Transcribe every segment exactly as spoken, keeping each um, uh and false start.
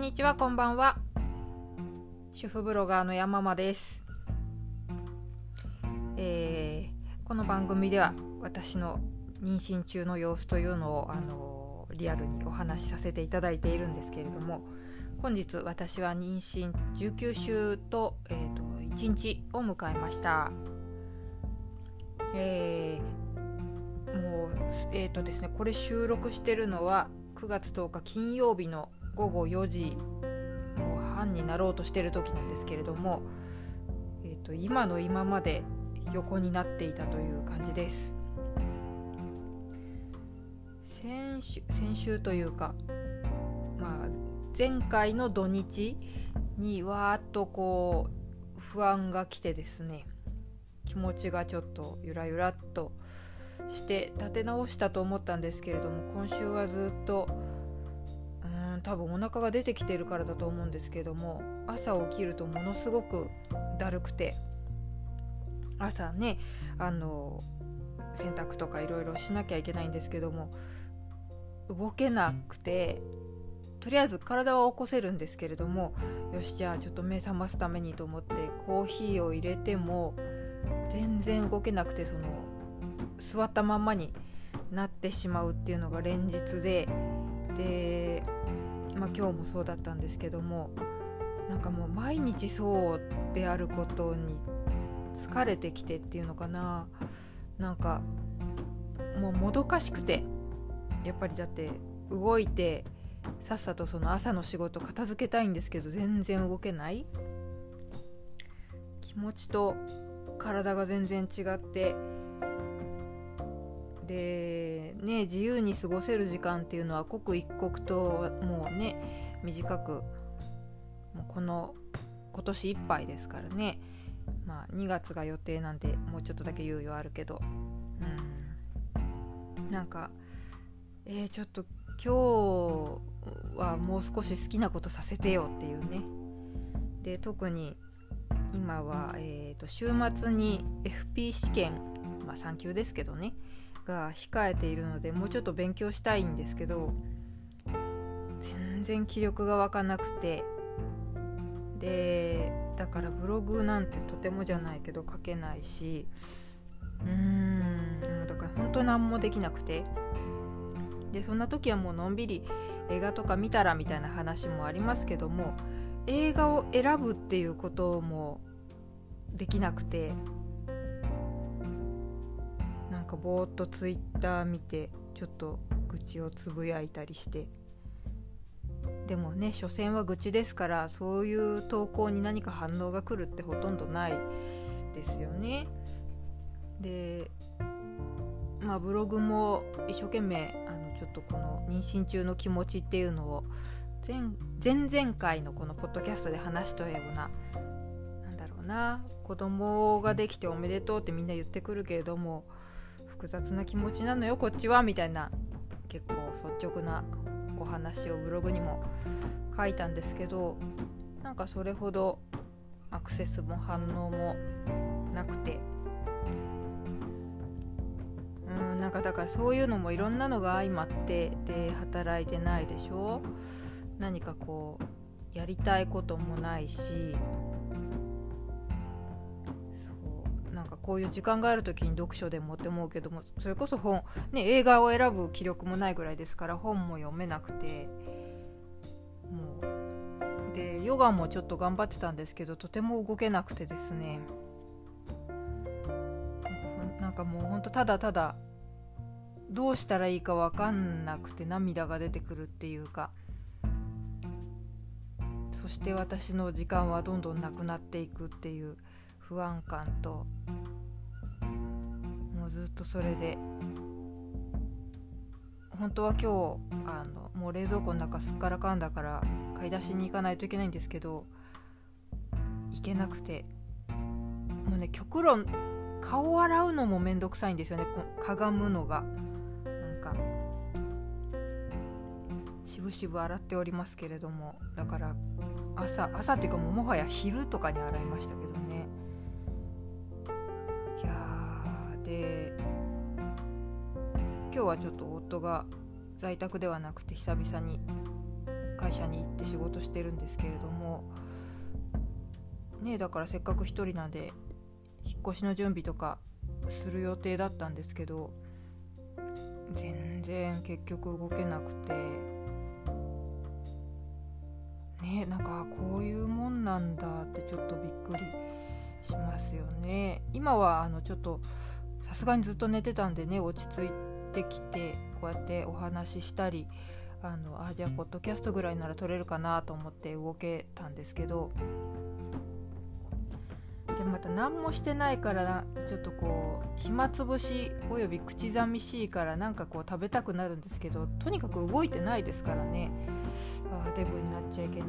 にちは、こんばんは。主婦ブロガーの山間です。えー、この番組では私の妊娠中の様子というのを、あのー、リアルにお話しさせていただいているんですけれども、本日私は妊娠じゅうきゅう週と、えー、といちにちを迎えました。えー、もうえーとですねこれ収録してるのはくがつとおか金曜日のごごよじもう半になろうとしてる時なんですけれども、えーと今の今まで横になっていたという感じです。先週先週というか、まあ、前回の土日にわーっとこう不安が来てですね、気持ちがちょっとゆらゆらっとして立て直したと思ったんですけれども、今週はずっとうーん多分お腹が出てきているからだと思うんですけども、朝起きるとものすごくだるくて、朝ねあの洗濯とかいろいろしなきゃいけないんですけども、動けなくて、とりあえず体は起こせるんですけれども、よしじゃあちょっと目覚ますためにと思ってコーヒーを入れても全然動けなくて、その座ったまんまになってしまうっていうのが連日で、で、まあ、今日もそうだったんですけども、なんかもう毎日そうであることに疲れてきてっていうのかな、なんかもうもどかしくて、やっぱりだって動いてさっさとその朝の仕事片付けたいんですけど全然動けない、気持ちと体が全然違って、でね、自由に過ごせる時間っていうのは刻一刻ともうね短く、もうこの今年いっぱいですからね、まあにがつが予定なんでもうちょっとだけ猶予あるけど、うんなんかえー、ちょっと今日はもう少し好きなことさせてよっていうね。で特に今は、えー、と週末に エフピー 試験、まあさん級ですけどねが控えているので、もうちょっと勉強したいんですけど、全然気力が湧かなくて、でだからブログなんてとてもじゃないけど書けないし、うーんだから本当何もできなくて、でそんな時はもうのんびり映画とか見たらみたいな話もありますけども、映画を選ぶっていうこともできなくて、なんかぼーっとツイッター見てちょっと愚痴をつぶやいたりして、でもね所詮は愚痴ですから、そういう投稿に何か反応が来るってほとんどないですよね。でまあブログも一生懸命あのちょっとこの妊娠中の気持ちっていうのを前前々回のこのポッドキャストで話したような、なんだろうな、子供ができておめでとうってみんな言ってくるけれども複雑な気持ちなのよこっちはみたいな、結構率直なお話をブログにも書いたんですけど、なんかそれほどアクセスも反応もなくて、うんなんかだからそういうのもいろんなのが相まって、で働いてないでしょ、何かこうやりたいこともないし、そうなんかこういう時間がある時に読書でもって思うけども、それこそ本、ね、映画を選ぶ気力もないぐらいですから本も読めなくて、もうでヨガもちょっと頑張ってたんですけどとても動けなくてですね、なんかもうほんとただただどうしたらいいか分かんなくて涙が出てくるっていうか、そして私の時間はどんどんなくなっていくっていう不安感と、もうずっとそれで、本当は今日あのもう冷蔵庫の中すっからかんだから買い出しに行かないといけないんですけど、行けなくて、もうね極論顔洗うのもめんどくさいんですよね、かがむのが。なんかしぶしぶ洗っておりますけれども、だから朝朝っていうかもうもはや昼とかに洗いましたけどね。いやーで今日はちょっと夫が在宅ではなくて久々に会社に行って仕事してるんですけれどもね、だからせっかく一人なんで引っ越しの準備とかする予定だったんですけど、全然結局動けなくてね、なんかこういうもんなんだってちょっとびっくりしますよね。今はあのちょっとさすがにずっと寝てたんでね、落ち着いてきてこうやってお話ししたり、あのあじゃあポッドキャストぐらいなら撮れるかなと思って動けたんですけど、でまた何もしてないからちょっとこう暇つぶしおよび口寂しいからなんかこう食べたくなるんですけど、とにかく動いてないですからね。あデブになっちゃいけない。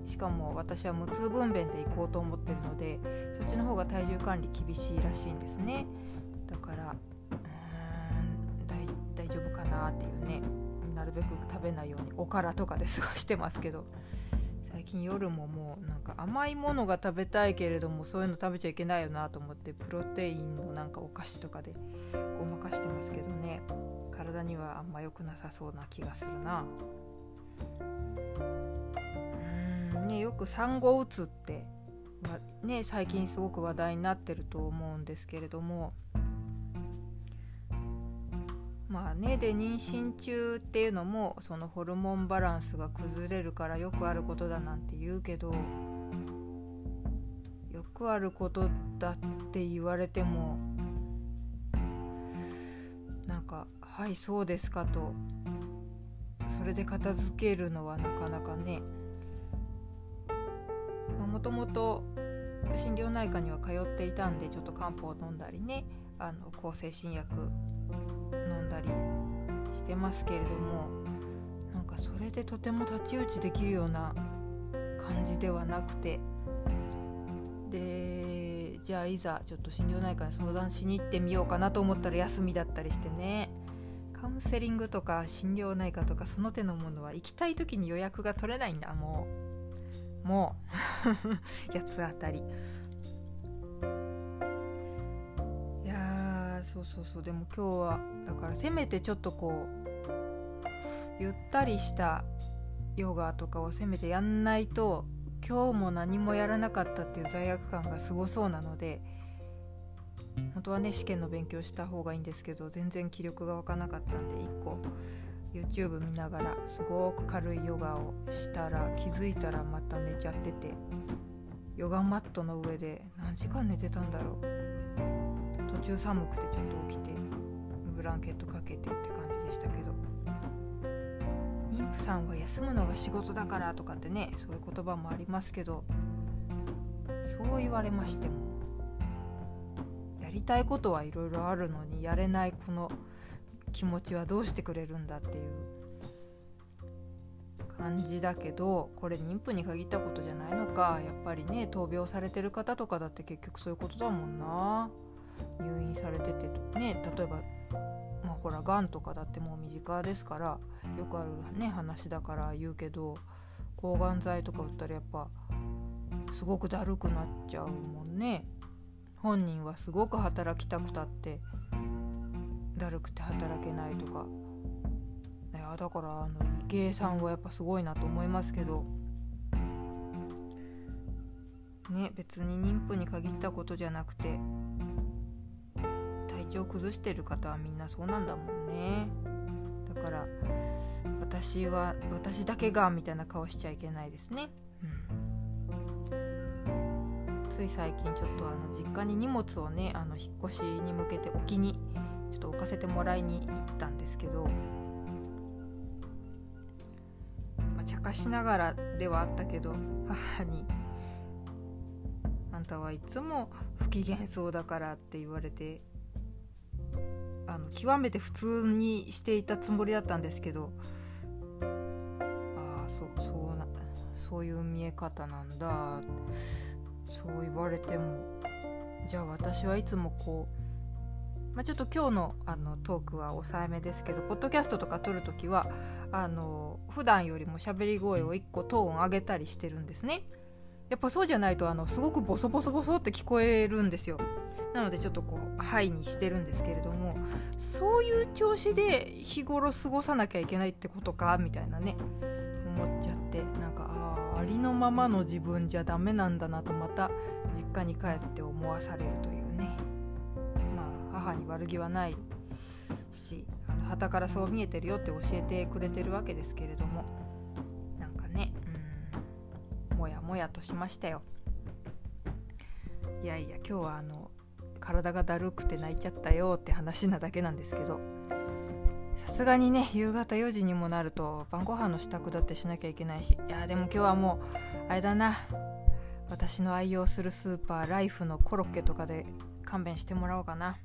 しかも私は無痛分娩で行こうと思ってるので、そっちの方が体重管理厳しいらしいんですね。だからうーん 大, 大丈夫かなっていうね、なるべく食べないようにおからとかで過ごしてますけど、最近夜ももうなんか甘いものが食べたいけれどもそういうの食べちゃいけないよなと思ってプロテインのなんかお菓子とかでごまかしてますけどね、体にはあんま良くなさそうな気がするな。うーんね、よく産後うつってね、最近すごく話題になってると思うんですけれども、まあね、で妊娠中っていうのもそのホルモンバランスが崩れるからよくあることだなんて言うけど、よくあることだって言われてもなんかはいそうですかとそれで片付けるのはなかなかね。もともと心療内科には通っていたんで、ちょっと漢方を飲んだりね、あの抗精神薬飲んだりしてますけれども、なんかそれでとても太刀打ちできるような感じではなくて、でじゃあいざちょっと心療内科に相談しに行ってみようかなと思ったら休みだったりしてね、カウンセリングとか心療内科とかその手のものは行きたい時に予約が取れないんだ。もうもう八つ当たり。いやーそうそうそう、でも今日はだからせめてちょっとこうゆったりしたヨガとかをせめてやんないと今日も何もやらなかったっていう罪悪感がすごそうなので、本当はね試験の勉強した方がいいんですけど全然気力が湧かなかったんで、いっこ YouTube 見ながらすごく軽いヨガをしたら気づいたらまた寝ちゃってて、ヨガマットの上で何時間寝てたんだろう。途中寒くてちょっと起きてブランケットかけてって感じでしたけど、妊婦さんは休むのが仕事だからとかってね、そういう言葉もありますけど、そう言われましてもやりたいことはいろいろあるのにやれないこの気持ちはどうしてくれるんだっていう感じだけど、これ妊婦に限ったことじゃないのか。やっぱりね闘病されてる方とかだって結局そういうことだもんな。入院されててね、例えばまあほらがんとかだってもう身近ですからよくあるね話だから言うけど、抗がん剤とか打ったらやっぱすごくだるくなっちゃうもんね。本人はすごく働きたくたってだるくて働けないとか、いやだからあの池江さんはやっぱすごいなと思いますけどね、別に妊婦に限ったことじゃなくて体調崩してる方はみんなそうなんだもんね。だから私は私だけがみたいな顔しちゃいけないですね、うん、つい最近ちょっとあの実家に荷物をねあの引っ越しに向けて置きにちょっと置かせてもらいに行ったんですけど、まあ、茶化しながらではあったけど母にあんたはいつも不機嫌そうだからって言われて、あの極めて普通にしていたつもりだったんですけど、ああ そ, そうなそういう見え方なんだ、そう言われてもじゃあ私はいつもこう、まあ、ちょっと今日 の, あのトークは抑えめですけど、ポッドキャストとか撮るときはあの普段よりも喋り声をいっこトーン上げたりしてるんですね。やっぱそうじゃないとあのすごくボソボソボソって聞こえるんですよ。なのでちょっとこうハイにしてるんですけれども、そういう調子で日頃過ごさなきゃいけないってことかみたいなね思っちゃって、 りのままの自分じゃダメなんだなとまた実家に帰って思わされるというね。まあ母に悪気はないし、あの傍からそう見えてるよって教えてくれてるわけですけれども、なんかね、うん、もやもやとしましたよ。いやいや、今日はあの体がだるくて泣いちゃったよって話なだけなんですけど、さすがにね夕方よじにもなると晩ご飯の支度だってしなきゃいけないし、いやでも今日はもうあれだな、私の愛用するスーパーライフのコロッケとかで勘弁してもらおうかな。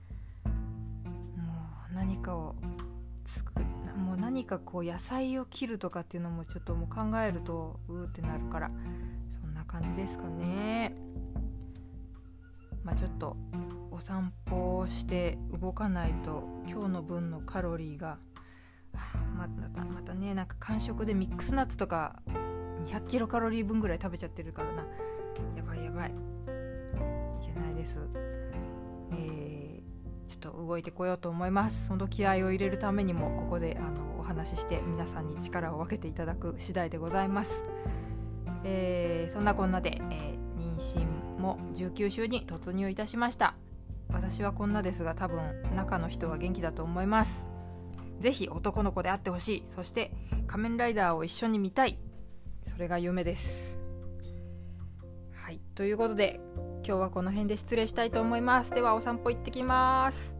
もう何かをつくもう何かこう野菜を切るとかっていうのもちょっともう考えるとうーってなるから、そんな感じですかね。まあちょっとお散歩をして動かないと今日の分のカロリーが、はあ、またまたね、なんか間食でミックスナッツとかにひゃくキロカロリー分ぐらい食べちゃってるからな、やばいやばい、いけないです。えー、ちょっと動いてこようと思います。その気合を入れるためにもここであのお話しして皆さんに力を分けていただく次第でございます。えー、そんなこんなで、えー妊娠もじゅうきゅう週に突入いたしました。私はこんなですが多分中の人は元気だと思います。ぜひ男の子であってほしい。そして仮面ライダーを一緒に見たい。それが夢です。はい、ということで今日はこの辺で失礼したいと思います。ではお散歩行ってきます。